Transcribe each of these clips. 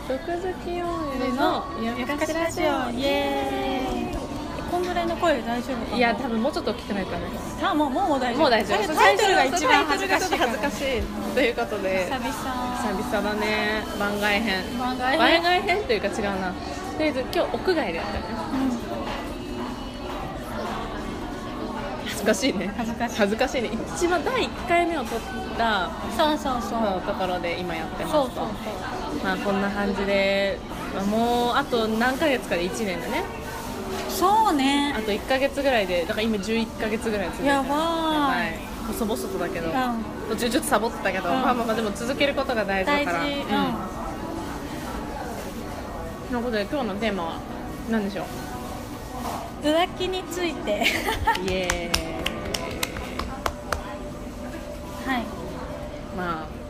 毒好きOLの夜更かしラジオイエーイ。 こんぐらいの声大丈夫かな。 いや多分もうちょっと大きくないかね。 あ、もう大丈夫。 もう大丈夫。 タイトルが一番恥ずかしいから。 恥ずかしいということで久々 だね。番外編というか違うな。とりあえず今日屋外でやったよね。恥ずかしいね。恥ずかしいね。一番第1回目を撮ったそうところで今やってますと。 そうまあこんな感じで、もうあと何ヶ月かで1年だね。 そうね。 あと1ヶ月ぐらいで、だから今11ヶ月ぐらい続いてる。 やばい。 細々とだけど、途中ちょっとサボってたけど、まあでも続けることが大事だから。ということで今日のテーマは何でしょう。 浮気について。イエーイ。 はい。 まあ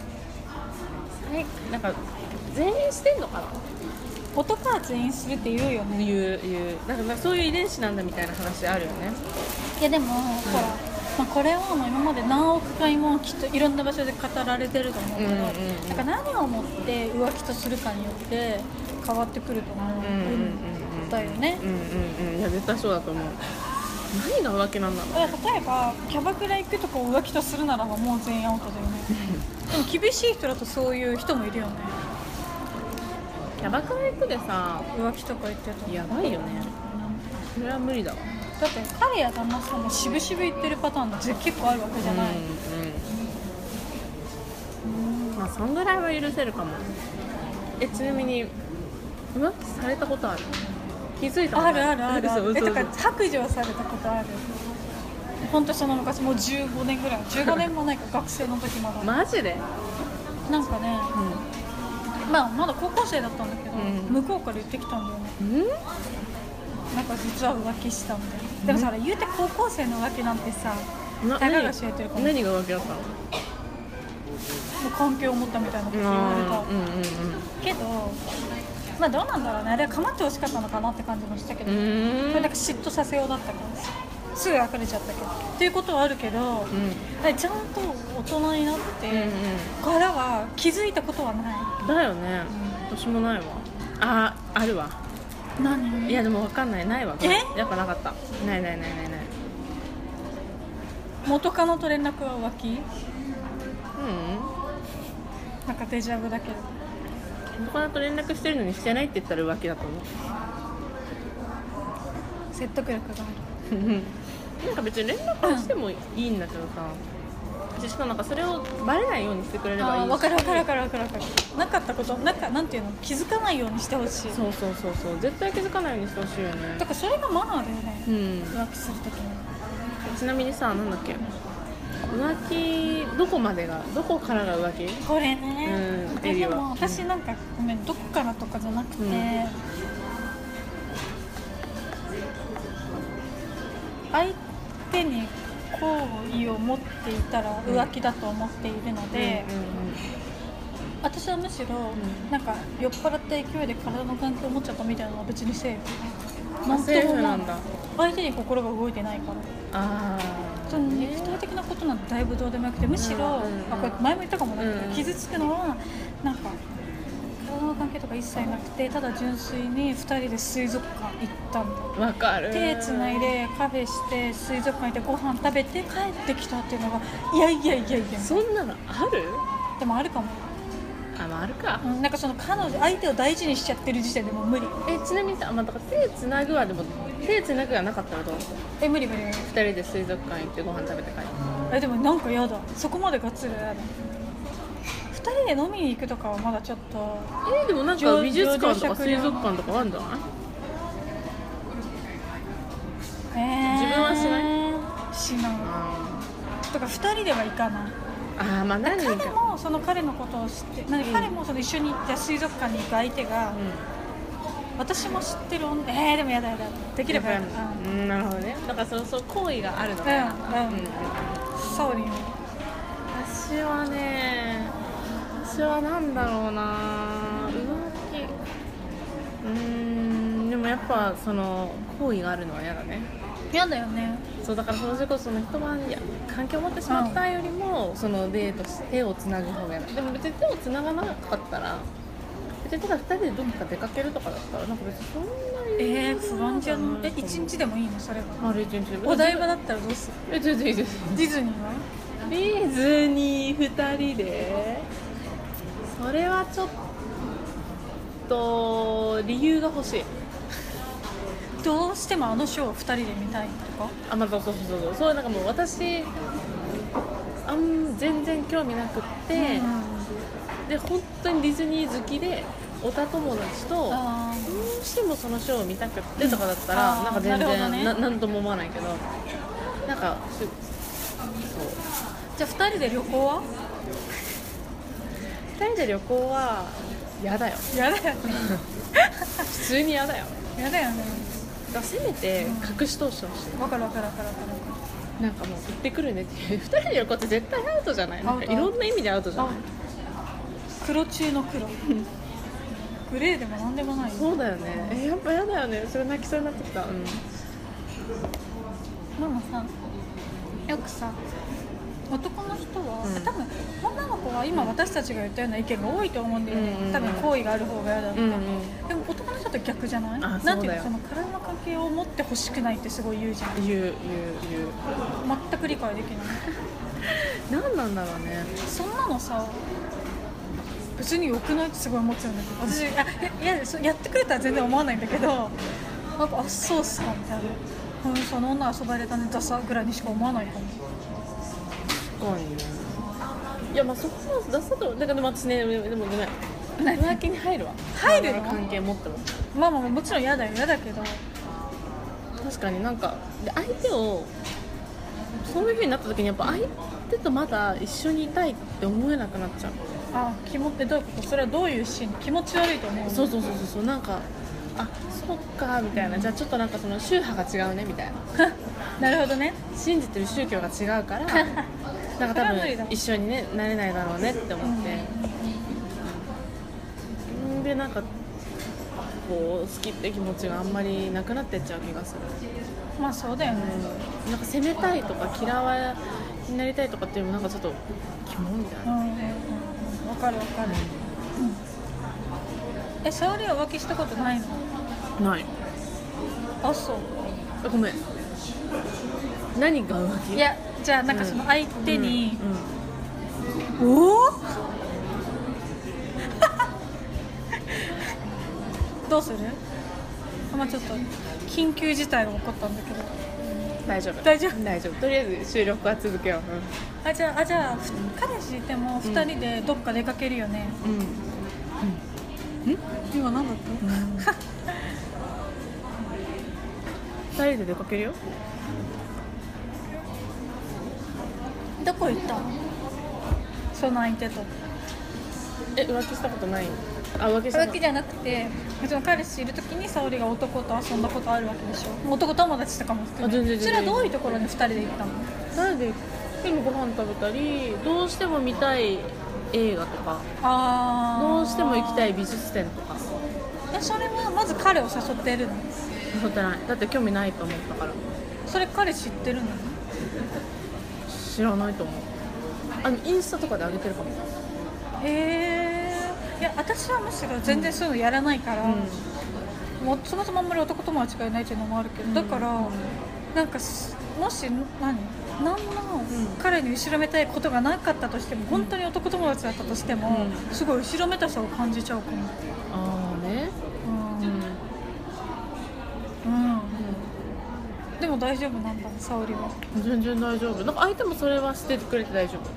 なんか全員してんのかな。 男は全員するって言うよね。 言うなんかそういう遺伝子なんだみたいな話あるよね。 いやでも、ほら、まあ、これはもう今まで何億回もきっといろんな場所で語られてると思うけど、なんか何をもって浮気とするかによって変わってくると思うんだよね。 いや絶対そうだと思う。何が浮気なんだろう、ね、 例えばキャバクラ行くとかを浮気とするならばもう全員アウトだよね。でも厳しい人だとそういう人もいるよね。 キャバクラ行くでさ浮気とか言ってたやばいよね。それは無理だわ。 だって彼や旦那さんも渋々言ってるパターンが結構あるわけじゃない。 まあそんぐらいは許せるかも。ちなみに浮気されたことある？気づいたことあるとか白状されたことある。本当その昔もう15年ぐらい15年もないか学生の時まだマジでなんかね、まあまだ高校生だったんだけど、向こうから言ってきたんだよね。なんか実は浮気したみたいな。でもさ、言うて高校生の浮気なんてさ、たかが知れてるかも。 何が浮気だったの？もう関係を持ったみたいなこと言われた。けど、まあどうなんだろうね。あれは構ってほしかったのかなって感じもしたけど、これなんか嫉妬させようだったからすぐ別れちゃったけどっていうことはあるけど、ちゃんと大人になってからは気づいたことはないだよね。私もないわ。あるわ。 何？ いやでも分かんないわ。やっぱなかった。ない。 元カノと連絡は浮気？なんかデジャブだけど。 元カノと連絡してるのにしてないって言ったら浮気だと思う。 説得力がある。 なんか別に連絡はしてもいいんだけどさ、しかもなんかそれをバレないようにしてくれればいいし。 分かる。なかったことなんていうの、気づかないようにしてほしい。 そう絶対気づかないようにしてほしいよね。 だからそれがマナーだよね。浮気するときに。 ちなみにさ、なんだっけ、浮気どこからが浮気？ これね、でも私なんかごめん、どこからとかじゃなくて、相手に好意を持っていたら浮気だと思っているので、私はむしろなんか酔っ払った勢いで体の関係を持っちゃったみたいなのは別にセーフ。 セーフなんだ。 相手に心が動いてないから。その肉体的なことなんてだいぶどうでもよくて、むしろ、これ前も言ったかもだけど、傷つくのはなんか体の関係とか一切なくて、ただ純粋に2人で水族館行ったんだ。 わかる。 手つないでカフェして水族館行ってご飯食べて帰ってきたっていうのがいやそんなのある？ でもあるかも。 あるか。 なんかその相手を大事にしちゃってる時点でもう無理。 ちなみにさ、だから手つなぐはでも手つなぐがなかったらどう？ 無理。 2人で水族館行ってご飯食べて帰って。 でもなんかやだ。そこまでガッツリやだ。2人で飲みに行くとかはまだちょっと。 でもなんか美術館とか水族館とかあるんじゃない？自分はしない。とか2人では行かない。彼もその彼のことを知って、彼もその一緒に行った水族館に行く相手が、私も知ってるでもやだできればやだ。 なるほどね。だからそう行為があるのか。 そうよ。 私はなんだろうな、浮気。でもやっぱその行為があるのは嫌だね。 嫌だよね。 そうだからその一晩関係を持ってしまったよりも、そのデートして手をつなぐ方が嫌だ。でも別に手をつながなかったら別でただ2人でどこか出かけるとかだったらなんか別にそんなに不安じゃん。1日でもいいのそれは。 丸1日でもお台場だったらどうする？ 全然いいです。 ディズニーは？ ディズニー2人でそれはちょっと理由が欲しい。 どうしてもあのショーを2人で見たいとか？ まあ、そうなんかもう私全然興味なくって、で本当にディズニー好きでオタ友達とどうしてもそのショーを見たくってとかだったら、なんか全然なんとも思わないけど、なんかそう。 じゃあ2人で旅行は 2人で旅行は嫌だよ。 嫌だよね普通に嫌だよ。 嫌だよね。 だせめて隠し通してほしい。 分かるなんかもう行ってくるねっていう2人で旅行って絶対アウトじゃない？なんかいろんな意味でアウトじゃない？ 黒中の黒グレーでもなんでもないよ。 そうだよね。やっぱ嫌だよね。それ泣きそうになってきた。 でもさ、よくさ男の人は、多分女の子は今私たちが言ったような意見が多いと思うんだよね、多分好意がある方が嫌だって、でも男の人って逆じゃない？なんていうの、その体の関係を持ってほしくないってすごい言うじゃん。 言う全く理解できない何なんだろうね。 そんなのさ別に良くないってすごい思っちゃうんだけど、私やってくれたら全然思わないんだけど、なんかあそうっすかみたいな、その女遊ばれたねダサぐらいにしか思わないかも。 いや、まあそこは出すとだから私ね、でもごめん浮気に入るわ。 入るの？ 関係持ってもまあもちろん嫌だけど、 確かになんかで相手をそういう風になった時にやっぱ相手とまだ一緒にいたいって思えなくなっちゃう。 気持ってどういうこと？それはどういうシーン？気持ち悪いと思う？ そうなんかそっかみたいな、じゃあちょっとなんかその宗派が違うねみたいななるほどね。 信じてる宗教が違うからなんか多分一緒にねなれないだろうねって思って、でなんかこう好きって気持ちがあんまりなくなってっちゃう気がする。 まあそうだよね、 なんか責めたいとか嫌わになりたいとかっていうのもなんかちょっとキモみたいな。 わかる、沙織は浮気したことないの？ ない。 そうごめん、何が浮気？ いや、じゃあなんかその相手に、おおどうする？まあちょっと緊急事態が起こったんだけど。 大丈夫。とりあえず収録は続けよう。 じゃあ彼氏いても2人でどっか出かけるよね。今何だった？ 2人で出かけるよ。 どこ行ったの？その相手と。 浮気したことない？ 浮気じゃなくて、その彼氏いるときに沙織が男と遊んだことあるわけでしょ。男友達とかも含め。それはどういうところに2人で行ったの？ 2人でご飯食べたり、どうしても見たい映画とか、どうしても行きたい美術展とか。 それはまず彼を誘ってるの？ 誘ってない。だって興味ないと思ったから。 それ彼知ってるの？ 知らないと思う。インスタとかで上げてるかも。 へえ。いや、私はむしろ全然そういうのやらないから、もうそもそもあんまり男友達がいないっていうのもあるけど、だからなんかもし何の彼に後ろめたいことがなかったとしても、本当に男友達だったとしても、すごい後ろめたさを感じちゃうかも。でも大丈夫なんだ、沙織は。 全然大丈夫。なんか相手もそれはしてくれて大丈夫。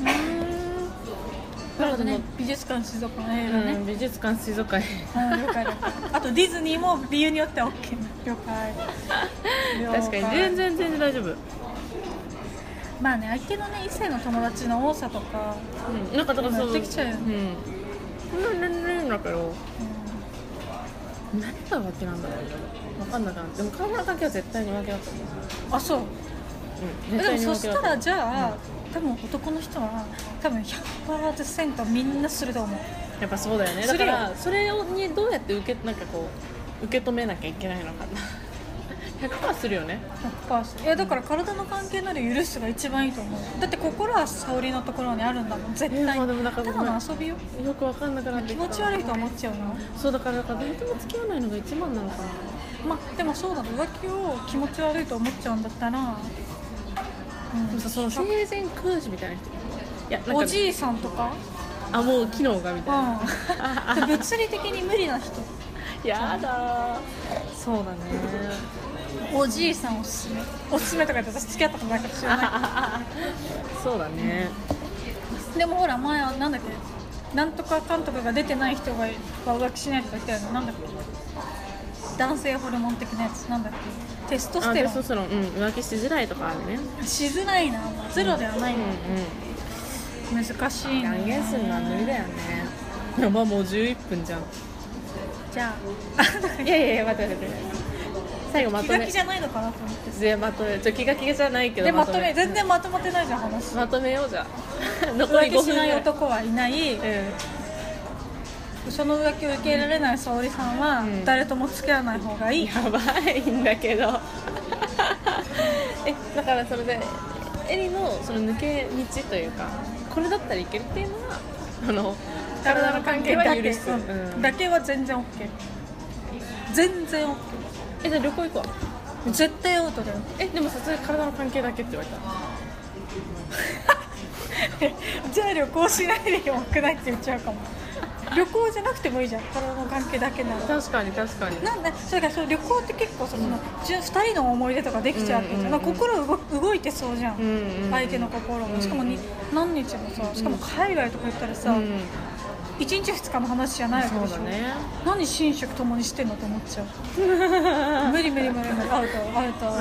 なるほどね。美術館水族館映画ね。 美術館水族館。 了解。あとディズニーも理由によっては OK。了解。 確かに全然大丈夫。 まあね、相手のね異性の友達の多さとか、 なんかだからそうできちゃうよね。 なんだけど、何が浮気なんだろう。分かんなかった。でも体の関係は絶対に浮気だと思う。 そう。でもそしたらじゃあ、多分男の人は多分 100% みんなすると思う。 やっぱそうだよね。だからそれにどうやって受け止めなきゃいけないのかな。 100% するよね。 100%する。いやだから体の関係なら許すが一番いいと思う。だって心は沙織のところにあるんだもん絶対。 まあでもなんかただの遊びよ。 よくわかんなくなってきた。 気持ち悪いと思っちゃうの。 そうだから誰とも付き合わないのが一番なのかな。 まあでもそうだね、浮気を気持ち悪いと思っちゃうんだったら、 でもさ、その生前空児みたいな人、いやなんか、ね、 おじいさんとか、 あ、もう機能がみたいな、 うん、物理的に無理な人やだ。そうだね。 おじいさんおすすめ、おすすめとか言って私付き合ったことないから知らないそうだね。 でもほら前はなんだっけ、なんとか監督が出てない人が浮気しないとか言ったよね。なんだっけ、男性ホルモン的なやつ、なんだっけ、テストステロン。 テストステロン、浮気しづらいとかあるね。 しづらいな、ゼロではないの、難しいね。 断言するのは無理だよね。いや、まあもう11分じゃん。 じゃあいやいや待って最後まとめ。 気が気じゃないのかなと思って。 でまとめ、気が気じゃないけど、 でまとめ全然まとまってないじゃん話。 まとめようじゃ残り5分。 浮気しない男はいない、その浮気を受け入れられない沙織さんは、誰とも付き合わない方がいい。 やばいんだけどだからそれでエリのその抜け道というか、これだったらいけるっていうのは体の関係は許す、 だけは全然 OK、 全然 OK。 じゃあ旅行行こう。絶対アウトだよ。 でもさ、それ体の関係だけって言われたじゃあ旅行しないでよくないって言っちゃうかも。旅行じゃなくてもいいじゃん、体の関係だけなら。 確かに確かに。 なんでそれから旅行って結構その、2人の思い出とかできちゃうわけじゃん、心動いてそうじゃん、相手の心が。しかも何日もさ、しかも海外とか行ったらさ、1日2日の話じゃないわけでしょ。そうだね。何寝食ともにしてんのと思っちゃう無理アウト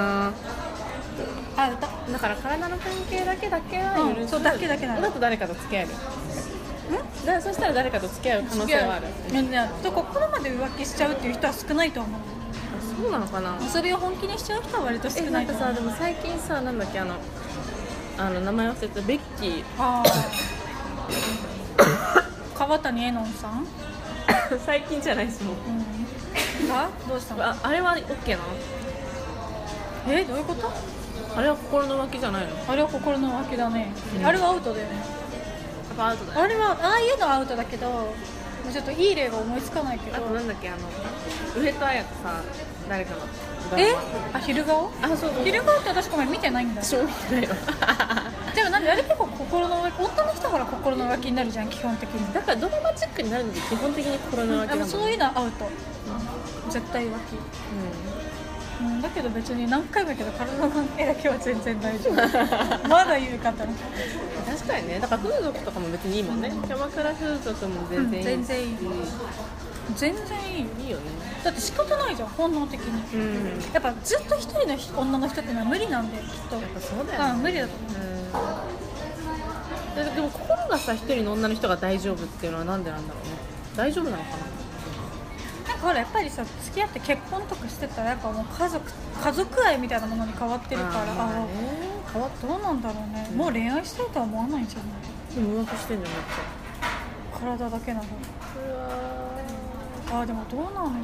だから体の関係だけは許す、 そうだけなの。 だと誰かと付き合える。そしたら誰かと付き合う可能性はある。 心まで浮気しちゃうっていう人は少ないと思う。 そうなのかな。 遊びを本気にしちゃう人は割と少ないと思う。 なんかさ、でも最近さ、なんだっけ、名前忘れた、ベッキー。 川谷絵音さん最近じゃないしもう、 がどうしたの。 あれは OK なの。 どういうこと。 あれは心の浮気じゃないの。あれは心の浮気だね、あれはアウトだよね。 アウトだよ。 あれはああいうのはアウトだけど、ちょっといい例が思いつかないけど。 あとなんだっけ、上戸彩とさ、誰かの昼顔。 そう昼顔って私ごめん見てないんだ。 そう見てないよでもなんであれ結構心の浮気、女の人から心の浮気になるじゃん基本的に。 だからドラマチックになるので基本的に心の浮気だもん。 そういうのはアウト、絶対浮気。だけど別に何回も言うけど体の関係だけは全然大丈夫まだ言う方ね。 確かにね。だから風俗とかも別にいいもんね。キャバクラ風俗も全然いい、 全然いい、全然いいよね。だって仕方ないじゃん本能的に、やっぱずっと一人の女の人ってのは無理なんだよきっと。 やっぱそうだよね。 無理だと思う。でも心がさ、一人の女の人が大丈夫っていうのはなんでなんだろうね。大丈夫なのかな。 なんかほらやっぱりさ、付き合って結婚とかしてたらやっぱもう家族愛みたいなものに変わってるから、どうなんだろうね、もう恋愛したいとは思わないんじゃない。 でも浮気してんじゃなくて体だけなの。でもどうなんだろ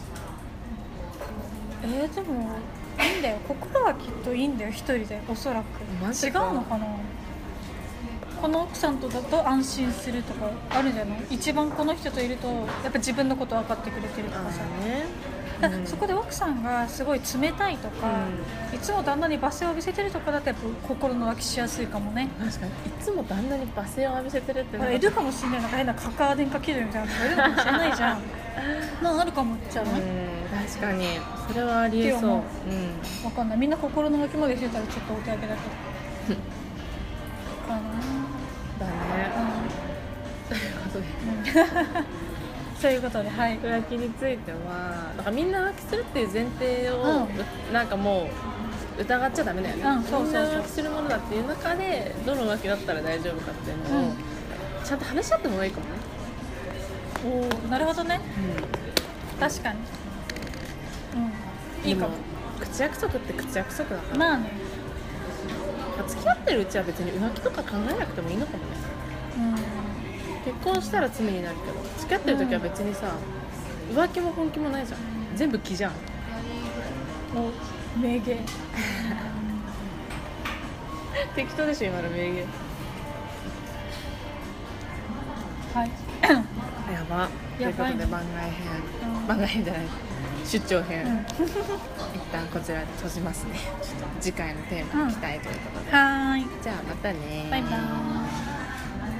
う。でもいいんだよ、心はきっといいんだよ一人で、おそらく。違うのかな。この奥さんとだと安心するとかあるんじゃない。一番この人といるとやっぱ自分のこと分かってくれてるとかさ、そこで奥さんがすごい冷たいとか、いつも旦那に罵声を浴びせてるとかだとやっぱ心の浮気しやすいかもね。 確かにいつも旦那に罵声を浴びせてるっているかもしれない。なんか変なカカア電化気取りみたいなのがいるかもしれないじゃんあるかもじゃない。 確かにそれはありえそう。 分かんない。みんな心の浮気までしてたらちょっとお手上げだけどかな。 だね。 そういうことで、はい、 浮気についてはだからみんな浮気するっていう前提を、なんかもう疑っちゃダメだよね。みんな浮気するものだっていう中でどの浮気だったら大丈夫かっていうのを、ちゃんと話し合った方がいいかもね。 なるほどね、確かに、いいかも。 口約束って口約束だから、 まあね、 付き合ってるうちは別に浮気とか考えなくてもいいのかもね。結婚したら罪になるけど、付き合ってる時は別にさ、浮気も本気もないじゃん。全部気じゃん。 お名言適当でしょ今の名言。 はいやば。ということで番外編、番外編じゃない出張編、一旦こちらで閉じますね。ちょっと次回のテーマに期待ということで、 はいじゃあまたね。 バイバイ。